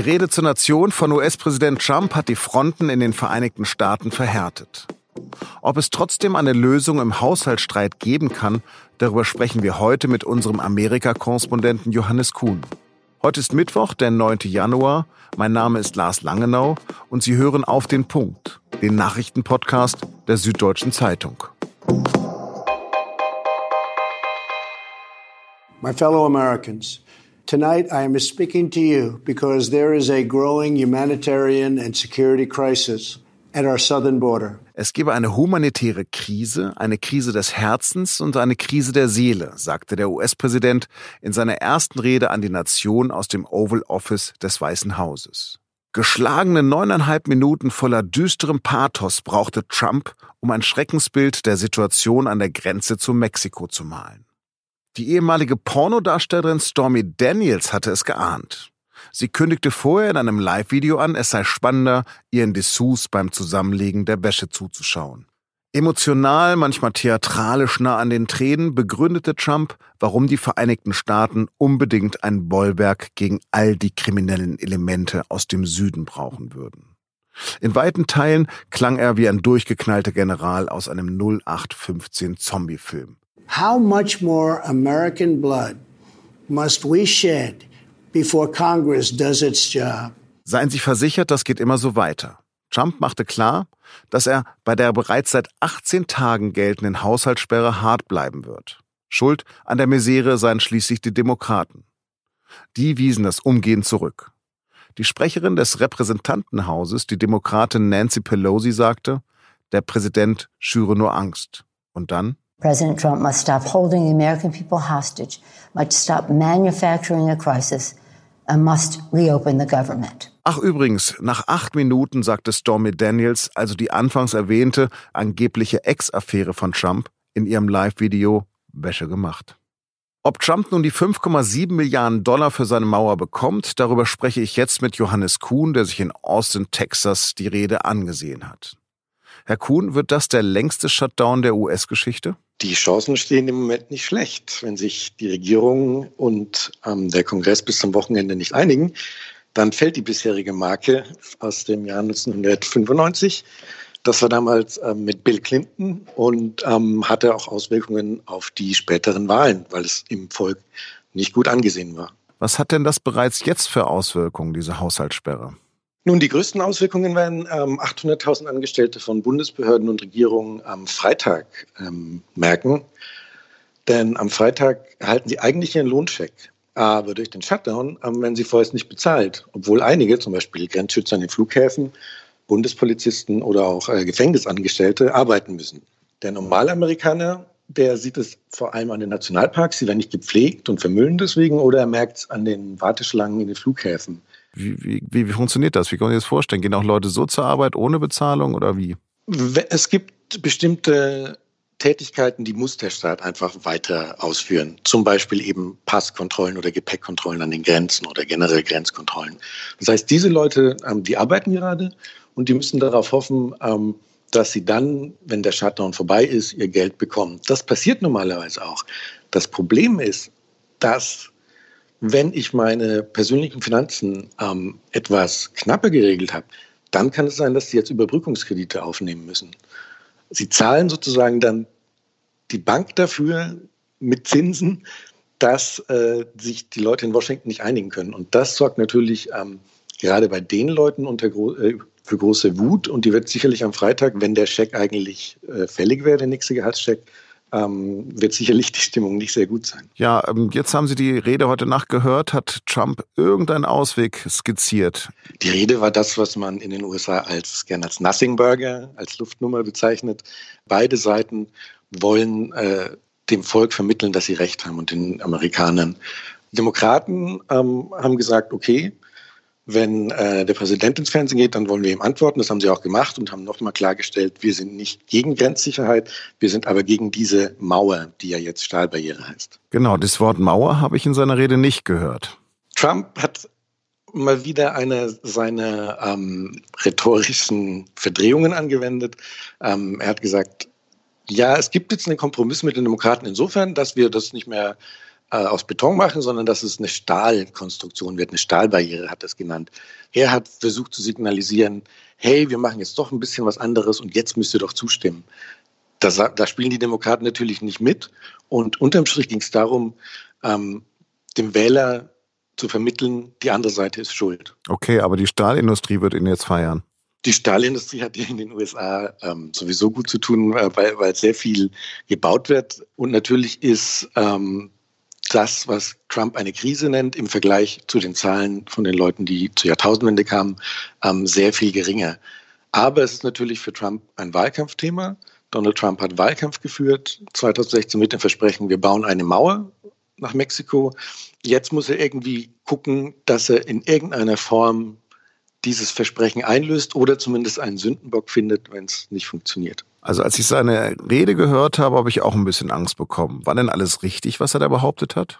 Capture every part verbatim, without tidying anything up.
Rede zur Nation von U S-Präsident Trump hat die Fronten in den Vereinigten Staaten verhärtet. Ob es trotzdem eine Lösung im Haushaltsstreit geben kann, darüber sprechen wir heute mit unserem Amerika-Korrespondenten Johannes Kuhn. Heute ist Mittwoch, der neunten Januar. Mein Name ist Lars Langenau und Sie hören auf den Punkt, den Nachrichtenpodcast der Süddeutschen Zeitung. My fellow Americans, tonight I am speaking to you because there is a growing humanitarian and security crisis at our southern border. Es gebe eine humanitäre Krise, eine Krise des Herzens und eine Krise der Seele, sagte der U S-Präsident in seiner ersten Rede an die Nation aus dem Oval Office des Weißen Hauses. Geschlagene neuneinhalb Minuten voller düsterem Pathos brauchte Trump, um ein Schreckensbild der Situation an der Grenze zu Mexiko zu malen. Die ehemalige Pornodarstellerin Stormy Daniels hatte es geahnt. Sie kündigte vorher in einem Live-Video an, es sei spannender, ihren Dessous beim Zusammenlegen der Wäsche zuzuschauen. Emotional, manchmal theatralisch nah an den Tränen, begründete Trump, warum die Vereinigten Staaten unbedingt ein Bollwerk gegen all die kriminellen Elemente aus dem Süden brauchen würden. In weiten Teilen klang er wie ein durchgeknallter General aus einem null acht fünfzehn Zombie-Film. How much more American blood must we shed before Congress does its job? Seien Sie versichert, das geht immer so weiter. Trump machte klar, dass er bei der bereits seit achtzehn Tagen geltenden Haushaltssperre hart bleiben wird. Schuld an der Misere seien schließlich die Demokraten. Die wiesen das umgehend zurück. Die Sprecherin des Repräsentantenhauses, die Demokratin Nancy Pelosi, sagte, der Präsident schüre nur Angst. Und dann? President Trump must stop holding the American people hostage, must stop manufacturing a crisis, and must reopen the government. Ach übrigens, nach acht Minuten sagte Stormy Daniels, also die anfangs erwähnte angebliche Ex-Affäre von Trump, in ihrem Live-Video Wäsche gemacht. Ob Trump nun die fünf Komma sieben Milliarden Dollar für seine Mauer bekommt, darüber spreche ich jetzt mit Johannes Kuhn, der sich in Austin, Texas, die Rede angesehen hat. Herr Kuhn, wird das der längste Shutdown der U S-Geschichte? Die Chancen stehen im Moment nicht schlecht. Wenn sich die Regierung und ähm, der Kongress bis zum Wochenende nicht einigen, dann fällt die bisherige Marke aus dem Jahr neunzehnhundertfünfundneunzig. Das war damals ähm, mit Bill Clinton und ähm, hatte auch Auswirkungen auf die späteren Wahlen, weil es im Volk nicht gut angesehen war. Was hat denn das bereits jetzt für Auswirkungen, diese Haushaltssperre? Nun, die größten Auswirkungen werden ähm, achthunderttausend Angestellte von Bundesbehörden und Regierungen am Freitag ähm, merken. Denn am Freitag erhalten sie eigentlich ihren Lohncheck. Aber durch den Shutdown ähm, werden sie vorerst nicht bezahlt. Obwohl einige, zum Beispiel Grenzschützer an den Flughäfen, Bundespolizisten oder auch äh, Gefängnisangestellte, arbeiten müssen. Der Normalamerikaner, der sieht es vor allem an den Nationalparks. Sie werden nicht gepflegt und vermüllen deswegen. Oder er merkt es an den Warteschlangen in den Flughäfen. Wie, wie, wie, wie funktioniert das? Wie kann man sich das vorstellen? Gehen auch Leute so zur Arbeit ohne Bezahlung oder wie? Es gibt bestimmte Tätigkeiten, die muss der Staat einfach weiter ausführen. Zum Beispiel eben Passkontrollen oder Gepäckkontrollen an den Grenzen oder generell Grenzkontrollen. Das heißt, diese Leute, die arbeiten gerade und die müssen darauf hoffen, dass sie dann, wenn der Shutdown vorbei ist, ihr Geld bekommen. Das passiert normalerweise auch. Das Problem ist, dass wenn ich meine persönlichen Finanzen ähm, etwas knapper geregelt habe, dann kann es sein, dass sie jetzt Überbrückungskredite aufnehmen müssen. Sie zahlen sozusagen dann die Bank dafür mit Zinsen, dass äh, sich die Leute in Washington nicht einigen können. Und das sorgt natürlich ähm, gerade bei den Leuten unter gro- äh, für große Wut. Und die wird sicherlich am Freitag, wenn der Scheck eigentlich äh, fällig wäre, der nächste Gehaltscheck, Ähm, wird sicherlich die Stimmung nicht sehr gut sein. Ja, ähm, jetzt haben Sie die Rede heute Nacht gehört. Hat Trump irgendeinen Ausweg skizziert? Die Rede war das, was man in den U S A als gerne als Nothing Burger, als Luftnummer bezeichnet. Beide Seiten wollen äh, dem Volk vermitteln, dass sie Recht haben und den Amerikanern. Demokraten ähm, haben gesagt, okay, wenn äh, der Präsident ins Fernsehen geht, dann wollen wir ihm antworten. Das haben sie auch gemacht und haben nochmal klargestellt, wir sind nicht gegen Grenzsicherheit, wir sind aber gegen diese Mauer, die ja jetzt Stahlbarriere heißt. Genau, das Wort Mauer habe ich in seiner Rede nicht gehört. Trump hat mal wieder eine seiner ähm, rhetorischen Verdrehungen angewendet. Ähm, er hat gesagt, ja, es gibt jetzt einen Kompromiss mit den Demokraten insofern, dass wir das nicht mehr äh, aus Beton machen, sondern dass es eine Stahlkonstruktion wird, eine Stahlbarriere hat er es genannt. Er hat versucht zu signalisieren, hey, wir machen jetzt doch ein bisschen was anderes und jetzt müsst ihr doch zustimmen. Das, da spielen die Demokraten natürlich nicht mit. Und unterm Strich ging es darum, ähm, dem Wähler zu vermitteln, die andere Seite ist schuld. Okay, aber die Stahlindustrie wird ihn jetzt feiern. Die Stahlindustrie hat ja in den U S A ähm, sowieso gut zu tun, äh, weil, weil sehr viel gebaut wird. Und natürlich ist ähm, das, was Trump eine Krise nennt, im Vergleich zu den Zahlen von den Leuten, die zur Jahrtausendwende kamen, ähm, sehr viel geringer. Aber es ist natürlich für Trump ein Wahlkampfthema. Donald Trump hat Wahlkampf geführt, zweitausendsechzehn mit dem Versprechen, wir bauen eine Mauer nach Mexiko. Jetzt muss er irgendwie gucken, dass er in irgendeiner Form dieses Versprechen einlöst oder zumindest einen Sündenbock findet, wenn es nicht funktioniert. Also als ich seine Rede gehört habe, habe ich auch ein bisschen Angst bekommen. War denn alles richtig, was er da behauptet hat?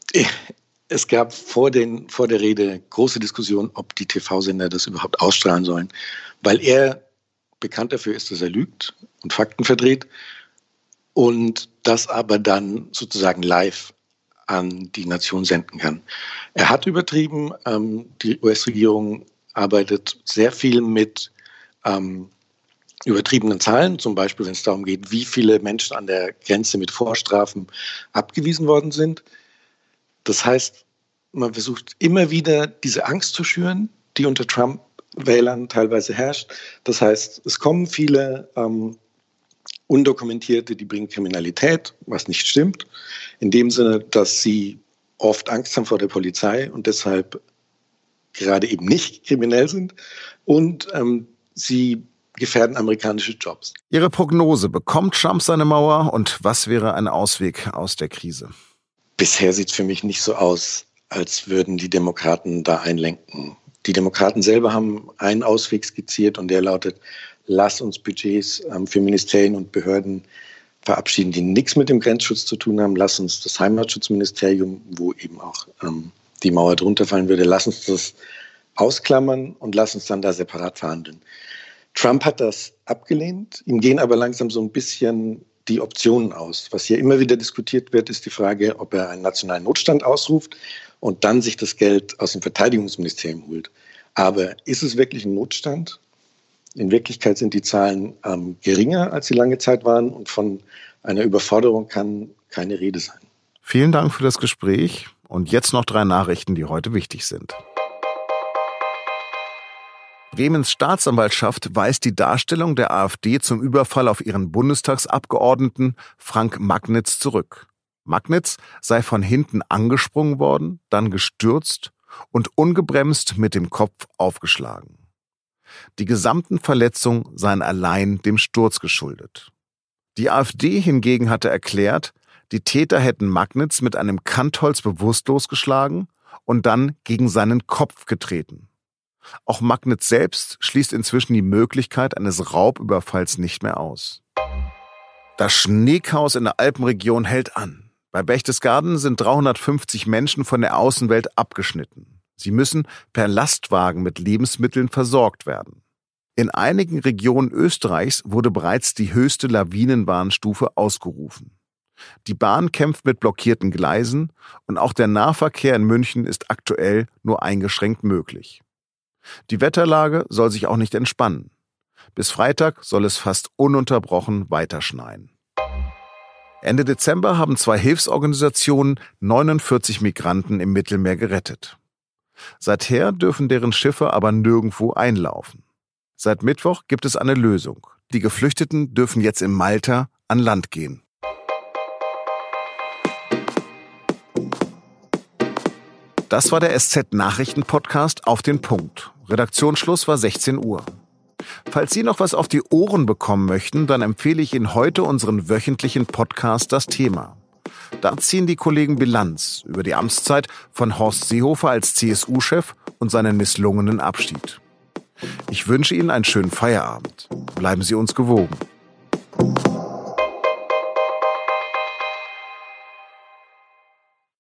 Es gab vor, den, vor der Rede große Diskussionen, ob die T V-Sender das überhaupt ausstrahlen sollen, weil er bekannt dafür ist, dass er lügt und Fakten verdreht und das aber dann sozusagen live an die Nation senden kann. Er hat übertrieben, ähm, die U S-Regierung arbeitet sehr viel mit ähm, übertriebenen Zahlen, zum Beispiel wenn es darum geht, wie viele Menschen an der Grenze mit Vorstrafen abgewiesen worden sind. Das heißt, man versucht immer wieder diese Angst zu schüren, die unter Trump Wählern teilweise herrscht. Das heißt, es kommen viele ähm, Undokumentierte, die bringen Kriminalität, was nicht stimmt. In dem Sinne, dass sie oft Angst haben vor der Polizei und deshalb gerade eben nicht kriminell sind. Und ähm, sie gefährden amerikanische Jobs. Ihre Prognose, bekommt Trump seine Mauer und was wäre ein Ausweg aus der Krise? Bisher sieht es für mich nicht so aus, als würden die Demokraten da einlenken. Die Demokraten selber haben einen Ausweg skizziert und der lautet, lass uns Budgets ähm, für Ministerien und Behörden verabschieden, die nichts mit dem Grenzschutz zu tun haben. Lass uns das Heimatschutzministerium, wo eben auch ähm, die Mauer drunter fallen würde, lass uns das ausklammern und lass uns dann da separat verhandeln. Trump hat das abgelehnt. Ihm gehen aber langsam so ein bisschen die Optionen aus. Was hier immer wieder diskutiert wird, ist die Frage, ob er einen nationalen Notstand ausruft und dann sich das Geld aus dem Verteidigungsministerium holt. Aber ist es wirklich ein Notstand? In Wirklichkeit sind die Zahlen ähm, geringer, als sie lange Zeit waren und von einer Überforderung kann keine Rede sein. Vielen Dank für das Gespräch und jetzt noch drei Nachrichten, die heute wichtig sind. Bremens Staatsanwaltschaft weist die Darstellung der AfD zum Überfall auf ihren Bundestagsabgeordneten Frank Magnitz zurück. Magnitz sei von hinten angesprungen worden, dann gestürzt und ungebremst mit dem Kopf aufgeschlagen. Die gesamten Verletzungen seien allein dem Sturz geschuldet. Die AfD hingegen hatte erklärt, die Täter hätten Magnitz mit einem Kantholz bewusstlos geschlagen und dann gegen seinen Kopf getreten. Auch Magnitz selbst schließt inzwischen die Möglichkeit eines Raubüberfalls nicht mehr aus. Das Schneechaos in der Alpenregion hält an. Bei Berchtesgaden sind dreihundertfünfzig Menschen von der Außenwelt abgeschnitten. Sie müssen per Lastwagen mit Lebensmitteln versorgt werden. In einigen Regionen Österreichs wurde bereits die höchste Lawinenwarnstufe ausgerufen. Die Bahn kämpft mit blockierten Gleisen und auch der Nahverkehr in München ist aktuell nur eingeschränkt möglich. Die Wetterlage soll sich auch nicht entspannen. Bis Freitag soll es fast ununterbrochen weiterschneien. Ende Dezember haben zwei Hilfsorganisationen neunundvierzig Migranten im Mittelmeer gerettet. Seither dürfen deren Schiffe aber nirgendwo einlaufen. Seit Mittwoch gibt es eine Lösung. Die Geflüchteten dürfen jetzt in Malta an Land gehen. Das war der S Z-Nachrichten-Podcast auf den Punkt. Redaktionsschluss war sechzehn Uhr. Falls Sie noch was auf die Ohren bekommen möchten, dann empfehle ich Ihnen heute unseren wöchentlichen Podcast Das Thema. Da ziehen die Kollegen Bilanz über die Amtszeit von Horst Seehofer als C S U-Chef und seinen misslungenen Abschied. Ich wünsche Ihnen einen schönen Feierabend. Bleiben Sie uns gewogen.